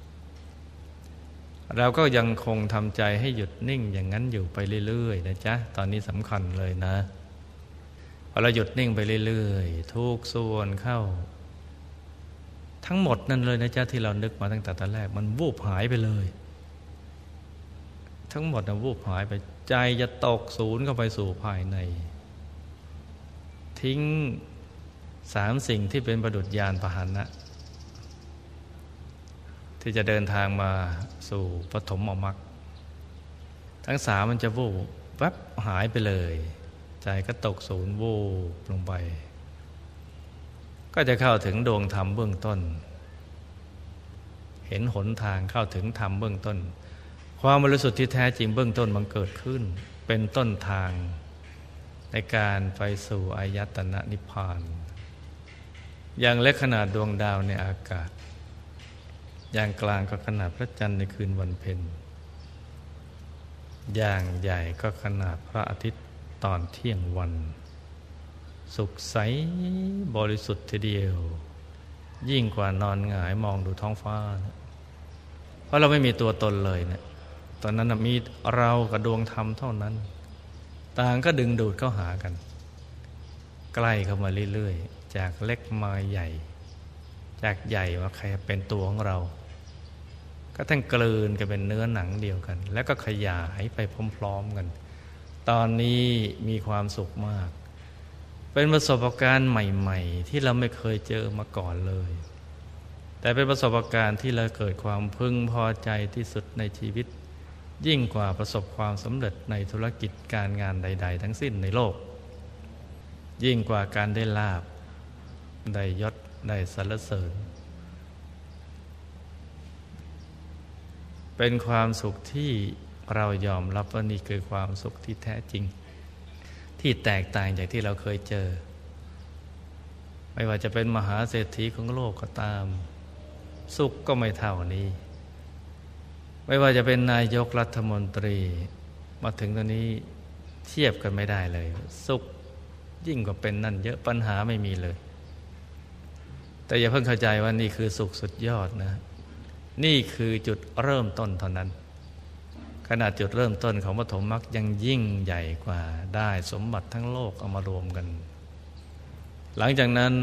เราก็ยังคงทำใจให้หยุดนิ่งอย่างนั้นอยู่ไปเรื่อยๆนะจ๊ะตอนนี้สำคัญเลยนะพอเราหยุดนิ่งไปเรื่อยๆทุกส่วนเข้าทั้งหมดนั่นเลยนะจ๊ะที่เรานึกมาตั้งแต่ตอนแรกมันวูบหายไปเลยทั้งหมดนะวูบหายไปใจจะตกศูนย์เข้าไปสู่ภายในทิ้งสามสิ่งที่เป็นประดุจยานพาหนะที่จะเดินทางมาสู่ปฐมมรรคทั้งสามมันจะวูบแวบหายไปเลยใจก็ตกศูนย์วูบลงไปก็จะเข้าถึงดวงธรรมเบื้องต้นเห็นหนทางเข้าถึงธรรมเบื้องต้นความบริสุทธิ์ที่แท้จริงเบื้องต้นมันเกิดขึ้นเป็นต้นทางในการไปสู่อายตนะนิพพานอย่างเล็กขนาดดวงดาวในอากาศอย่างกลางก็ขนาดพระจันทร์ในคืนวันเพ็ญอย่างใหญ่ก็ขนาดพระอาทิตย์ตอนเที่ยงวันสุขใสบริสุทธิ์ทีเดียวยิ่งกว่านอนหงายมองดูท้องฟ้านะเพราะเราไม่มีตัวตนเลยนะตอนนั้นนะมีเรากับดวงธรรมเท่านั้นต่างก็ดึงดูดเข้าหากันใกล้เข้ามาเรื่อยๆจากเล็กมาใหญ่จากใหญ่ว่าใครเป็นตัวของเราก็ทั้งกลืนกันเป็นเนื้อหนังเดียวกันแล้วก็ขยายไปพร้อมๆกันตอนนี้มีความสุขมากเป็นประสบการณ์ใหม่ๆที่เราไม่เคยเจอมาก่อนเลยแต่เป็นประสบการณ์ที่เราเกิดความพึงพอใจที่สุดในชีวิตยิ่งกว่าประสบความสำเร็จในธุรกิจการงานใดๆทั้งสิ้นในโลกยิ่งกว่าการได้ลาภได้ยศได้สรรเสริญเป็นความสุขที่เรายอมรับว่านี่คือความสุขที่แท้จริงที่แตกต่างจากที่เราเคยเจอไม่ว่าจะเป็นมหาเศรษฐีของโลกก็ตามสุขก็ไม่เท่านี้ไม่ว่าจะเป็นนายกรัฐมนตรีมาถึงตอนนี้เทียบกันไม่ได้เลยสุขยิ่งกว่าเป็นนั่นเยอะปัญหาไม่มีเลยแต่อย่าเพิ่งเข้าใจว่านี่คือสุขสุดยอดนะนี่คือจุดเริ่มต้นเท่านั้นขนาดจุดเริ่มต้นของปฐมมรรคยังยิ่งใหญ่กว่าได้สมบัติทั้งโลกเอามารวมกันหลังจากนั้น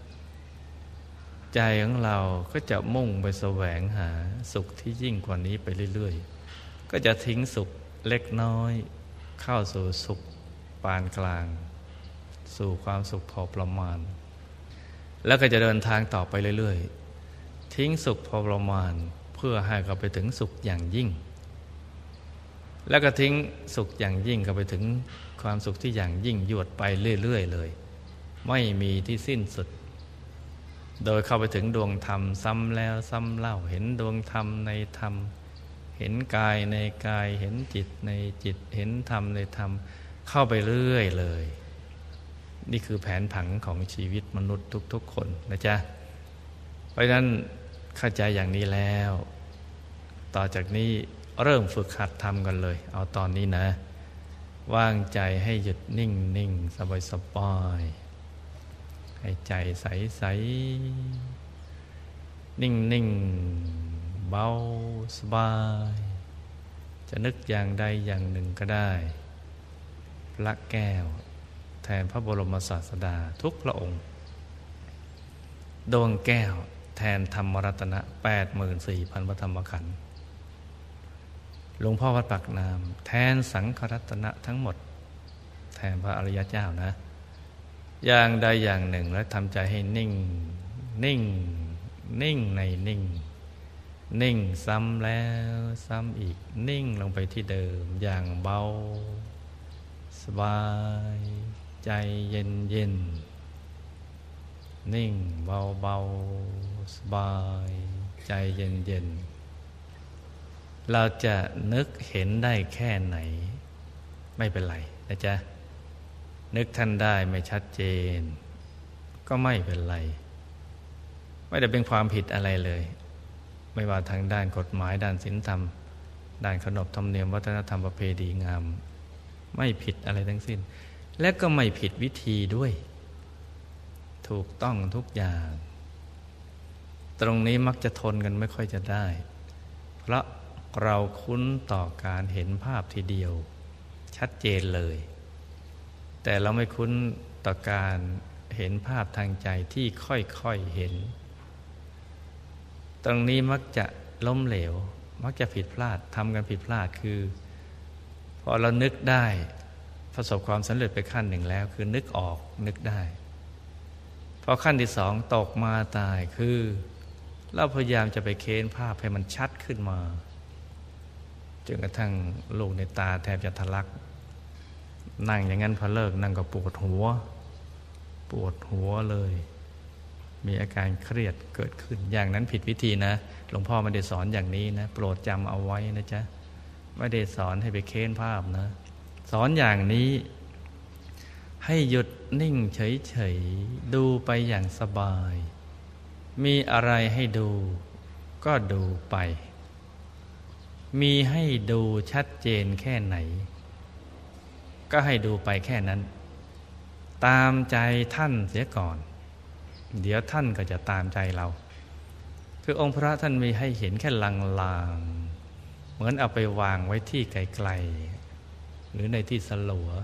ใจของเราก็จะมุ่งไปแสวงหาสุขที่ยิ่งกว่านี้ไปเรื่อยๆก็จะทิ้งสุขเล็กน้อยเข้าสู่สุขปานกลางสู่ความสุขพอประมาณแล้วก็จะเดินทางต่อไปเรื่อยๆทิ้งสุขพอประมาณเพื่อให้เขาไปถึงสุขอย่างยิ่งแล้วก็ทิ้งสุขอย่างยิ่งก็ไปถึงความสุขที่อย่างยิ่งยวดไปเรื่อยๆเลยไม่มีที่สิ้นสุดโดยเข้าไปถึงดวงธรรมซ้ำแล้วซ้ำเล่าเห็นดวงธรรมในธรรมเห็นกายในกายเห็นจิตในจิตเห็นธรรมในธรรมเข้าไปเรื่อยเลยนี่คือแผนผังของชีวิตมนุษย์ทุกๆคนนะจ๊ะเพราะฉะนั้นเข้าใจอย่างนี้แล้วต่อจากนี้เริ่มฝึกหัดทำกันเลยเอาตอนนี้นะว่างใจให้หยุดนิ่งนิ่งสบายสบายให้ใจใสใสนิ่งนิ่งเบาสบายจะนึกอย่างใดอย่างหนึ่งก็ได้พระแก้วแทนพระบรมศาสดาทุกพระองค์ดวงแก้วแทนธรรมรัตนะ แปดหมื่นสี่พัน พระธรรมขันธ์หลวงพ่อวัดปากน้ำแทนสังฆรัตนะทั้งหมดแทนพระอริยเจ้านะอย่างใดอย่างหนึ่งแล้วทำใจให้นิ่งนิ่งนิ่งในนิ่งนิ่งซ้ำแล้วซ้ำอีกนิ่งลงไปที่เดิมอย่างเบาสบายใจเย็นเย็นนิ่งเบาเบาสบายใจเย็นเย็นเราจะนึกเห็นได้แค่ไหนไม่เป็นไรนะจ๊ะนึกท่านได้ไม่ชัดเจนก็ไม่เป็นไรไม่ได้เป็นความผิดอะไรเลยไม่ว่าทางด้านกฎหมายด้านศีลธรรมด้านขนบธรรมเนียมวัฒนธรรมประเพณีงามไม่ผิดอะไรทั้งสิ้นและก็ไม่ผิดวิธีด้วยถูกต้องทุกอย่างตรงนี้มักจะทนกันไม่ค่อยจะได้เพราะเราคุ้นต่อการเห็นภาพทีเดียวชัดเจนเลยแต่เราไม่คุ้นต่อการเห็นภาพทางใจที่ค่อยๆเห็นตรงนี้มักจะล้มเหลวมักจะผิดพลาดทำกันผิดพลาดคือพอเรานึกได้ภประสบความสำเร็จไปขั้นหนึ่งแล้วคือนึกออกนึกได้พอขั้นที่สองตกมาตายคือเราพยายามจะไปเค้นภาพให้มันชัดขึ้นมาจนกระทั่งลูกในตาแทบจะทะลักนั่งอย่างนั้นพอเลิกนั่งก็ปวดหัวปวดหัวเลยมีอาการเครียดเกิดขึ้นอย่างนั้นผิดวิธีนะหลวงพ่อไม่ได้สอนอย่างนี้นะโปรดจำเอาไว้นะจ๊ะไม่ได้สอนให้ไปเค้นภาพนะสอนอย่างนี้ให้หยุดนิ่งเฉยๆดูไปอย่างสบายมีอะไรให้ดูก็ดูไปมีให้ดูชัดเจนแค่ไหนก็ให้ดูไปแค่นั้นตามใจท่านเสียก่อนเดี๋ยวท่านก็จะตามใจเราคือองค์พระท่านมีให้เห็นแค่ลางๆเหมือนเอาไปวางไว้ที่ไกลๆหรือในที่สลัว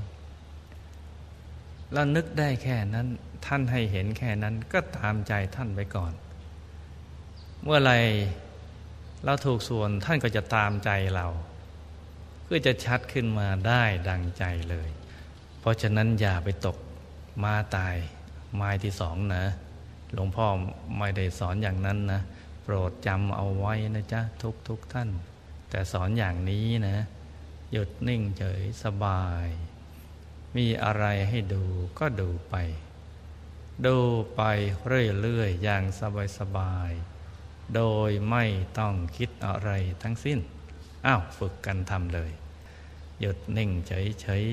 แล้วนึกได้แค่นั้นท่านให้เห็นแค่นั้นก็ตามใจท่านไปก่อนเมื่อไรเราถูกส่วนท่านก็จะตามใจเราเพื่อจะชัดขึ้นมาได้ดังใจเลยเพราะฉะนั้นอย่าไปตกมาตายไม้ที่สองนะหลวงพ่อไม่ได้สอนอย่างนั้นนะโปรดจำเอาไว้นะจ๊ะทุกทุกท่านแต่สอนอย่างนี้นะหยุดนิ่งเฉยสบายมีอะไรให้ดูก็ดูไปดูไปเรื่อยๆอย่างสบายๆโดยไม่ต้องคิดอะไรทั้งสิ้นอ้าวฝึกกันทำเลยหยุดนิ่งเฉย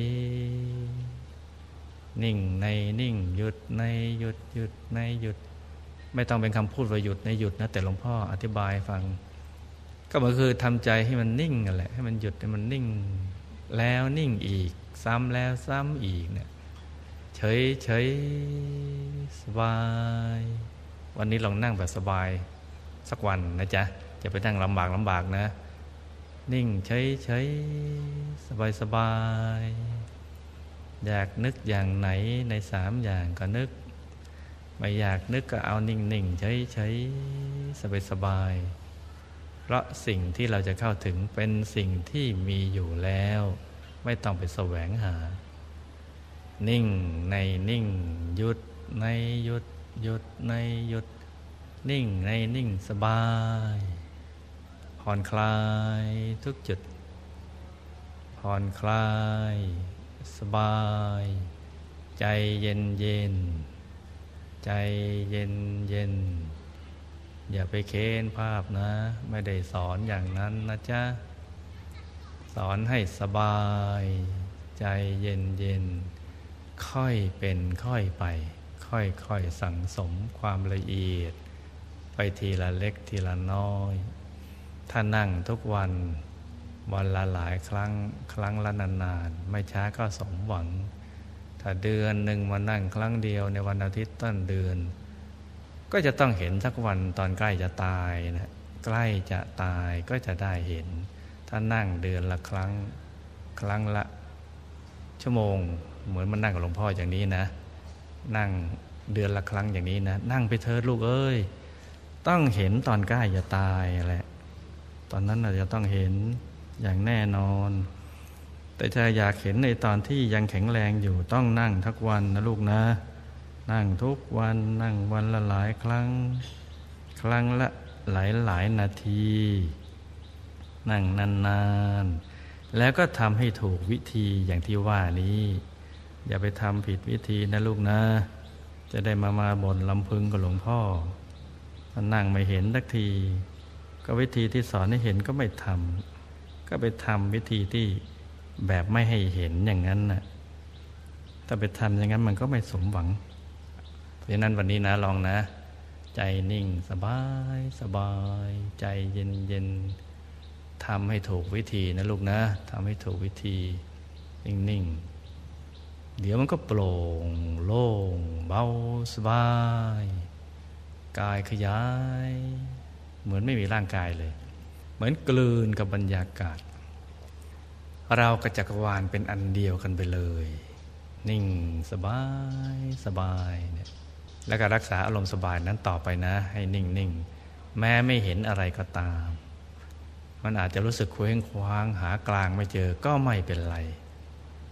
ๆนิ่งในนิ่งหยุดในหยุดหยุดในหยุดไม่ต้องเป็นคำพูดว่าหยุดในหยุดนะแต่หลวงพ่ออธิบายฟังก็มันคือทำใจให้มันนิ่งนั่นแหละให้มันหยุดให้มันนิ่งแล้วนิ่งอีกซ้ำแล้วซ้ำอีกเนี่ยเฉยเฉยสบายวันนี้ลองนั่งแบบสบายสักวันนะจ๊ะจะไปนั่งลำบากลำบากนะนิ่งเฉยเฉยสบายสบายอยากนึกอย่างไหนในสามอย่างก็นึกไม่อยากนึกก็เอานิ่งนิ่งเฉยเฉยสบายสบายเพราะสิ่งที่เราจะเข้าถึงเป็นสิ่งที่มีอยู่แล้วไม่ต้องไปแสวงหานิ่งในนิ่งหยุดในหยุดหยุดในหยุดนิ่งในนิ่งสบายผ่อนคลายทุกจุดผ่อนคลายสบายใจเย็นเย็นใจเย็นเย็นอย่าไปเค้นภาพนะไม่ได้สอนอย่างนั้นนะจ๊ะสอนให้สบายใจเย็นเย็นค่อยเป็นค่อยไปค่อยค่อยสั่งสมความละเอียดไปทีละเล็กทีละน้อยถ้านั่งทุกวันวันละหลายครั้งครั้งละนานๆไม่ช้าก็สมหวังถ้าเดือนหนึ่งมานั่งครั้งเดียวในวันอาทิตย์ต้นเดือนก็จะต้องเห็นสักวันตอนใกล้จะตายนะใกล้จะตายก็จะได้เห็นถ้านั่งเดือนละครั้งครั้งละชั่วโมงเหมือนมันนั่งกับหลวงพ่ออย่างนี้นะนั่งเดือนละครั้งอย่างนี้นะนั่งไปเถิดลูกเอ้ยต้องเห็นตอนใกล้จะตายแหละตอนนั้นเราจะต้องเห็นอย่างแน่นอนแต่ถ้าอยากเห็นในตอนที่ยังแข็งแรงอยู่ต้องนั่งทุกวันนะลูกนะนั่งทุกวันนั่งวันละหลายครั้งครั้งละหลายหลายนาทีนั่งนานๆแล้วก็ทำให้ถูกวิธีอย่างที่ว่านี้อย่าไปทำผิดวิธีนะลูกนะจะได้มามาบ่นลำพึงกับหลวงพ่อมันนั่งไม่เห็นสักทีก็วิธีที่สอนให้เห็นก็ไม่ทำก็ไปทำวิธีที่แบบไม่ให้เห็นอย่างนั้นน่ะถ้าไปทำอย่างนั้นมันก็ไม่สมหวังเพราะฉะนั้นวันนี้นะลองนะใจนิ่งสบายสบายใจเย็นเย็นทำให้ถูกวิธีนะลูกนะทำให้ถูกวิธีนิ่งๆเดี๋ยวมันก็โปร่งโล่งเบาสบายกายขยายเหมือนไม่มีร่างกายเลยเหมือนกลืนกับบรรยากาศเรากับจักรวาลเป็นอันเดียวกันไปเลยนิ่งสบายสบายเนี่ยแล้วก็รักษาอารมณ์สบายนั้นต่อไปนะให้นิ่งนิ่งแม้ไม่เห็นอะไรก็ตามมันอาจจะรู้สึกเคว้งคว้างหากลางไม่เจอก็ไม่เป็นไร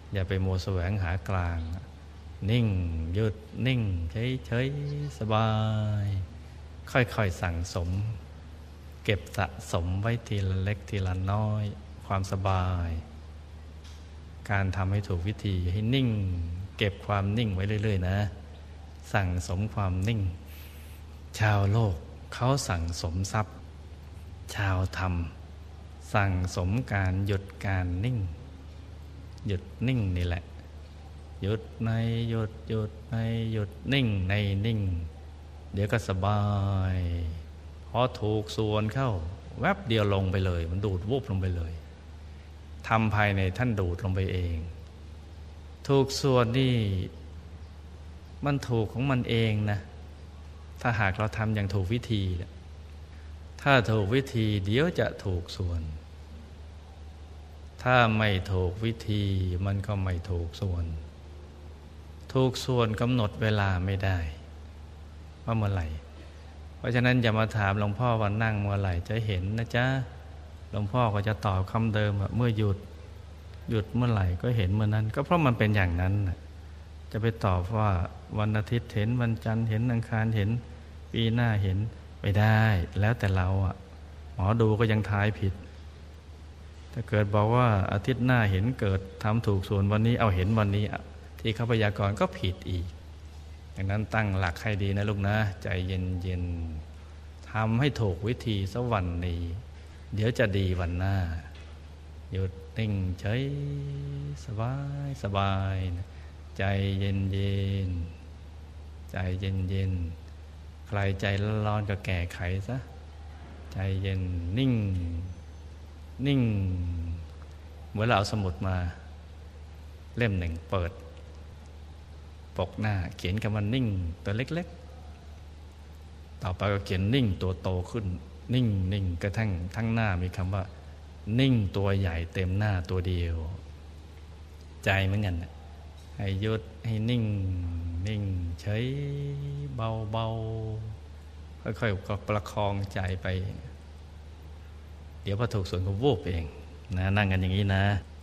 อย่าไปโมวแสวงหากลางนิ่งหยุดนิ่งเฉยๆสบายค่อยๆสั่งสมเก็บสะสมไว้ทีละเล็กทีละน้อยความสบายการทำให้ถูกวิธีให้นิ่งเก็บความนิ่งไว้เรื่อยๆนะสั่งสมความนิ่งชาวโลกเขาสั่งสมทรัพย์ชาวธรรมสั่งสมการหยุดการนิ่งหยุดนิ่งนี่แหละหยุดในหยุดหยุดในหยุดนิ่งในนิ่งเดี๋ยวก็สบายพอถูกส่วนเข้าแวบเดียวลงไปเลยมันดูดวูบลงไปเลยทำภายในท่านดูดลงไปเองถูกส่วนนี่มันถูกของมันเองนะถ้าหากเราทำอย่างถูกวิธีถ้าถูกวิธีเดี๋ยวจะถูกส่วนถ้าไม่ถูกวิธีมันก็ไม่ถูกส่วนถูกส่วนกำหนดเวลาไม่ได้ว่าเมื่อไหร่เพราะฉะนั้นอย่ามาถามหลวงพ่อว่านั่งเมื่อไหร่จะเห็นนะจ๊ะหลวงพ่อก็จะตอบคำเดิมว่าเมื่อหยุดหยุดเมื่อไหร่ก็เห็นเมื่อนั้นก็เพราะมันเป็นอย่างนั้นจะไปตอบว่าวันอาทิตย์เห็นวันจันทร์เห็นอังคารเห็นปีหน้าเห็นไม่ได้แล้วแต่เราอ่ะหมอดูก็ยังทายผิดถ้าเกิดบอกว่าอาทิตย์หน้าเห็นเกิดทำถูกส่วนวันนี้เอาเห็นวันนี้ที่เขาพยากรณ์ก็ผิดอีกดังนั้นตั้งหลักให้ดีนะลูกนะใจเย็นๆทำให้ถูกวิธีสักวันนี้เดี๋ยวจะดีวันหน้าหยุดนิ่งเฉยสบายสบายใจเย็นเย็นใจเย็นเย็นใครใจร้อนก็แก้ไขซะใจเย็นนิ่งนิ่งเหมือนเราเอาสมุดมาเล่มหนึ่งเปิดปกหน้าเขียนคำว่านิ่งตัวเล็กๆต่อไปก็เขียนนิ่งตัวโตขึ้นนิ่งนิ่งกระทั่งทั้งหน้ามีคำว่านิ่งตัวใหญ่เต็มหน้าตัวเดียวใจเหมือนกันให้หยุดให้นิ่งนิ่งเฉยเบาเบาค่อยๆประคองใจไปเดี๋ยวพอถูกส่วนก็วูบเองนะนั่งกันอย่างนี้นะ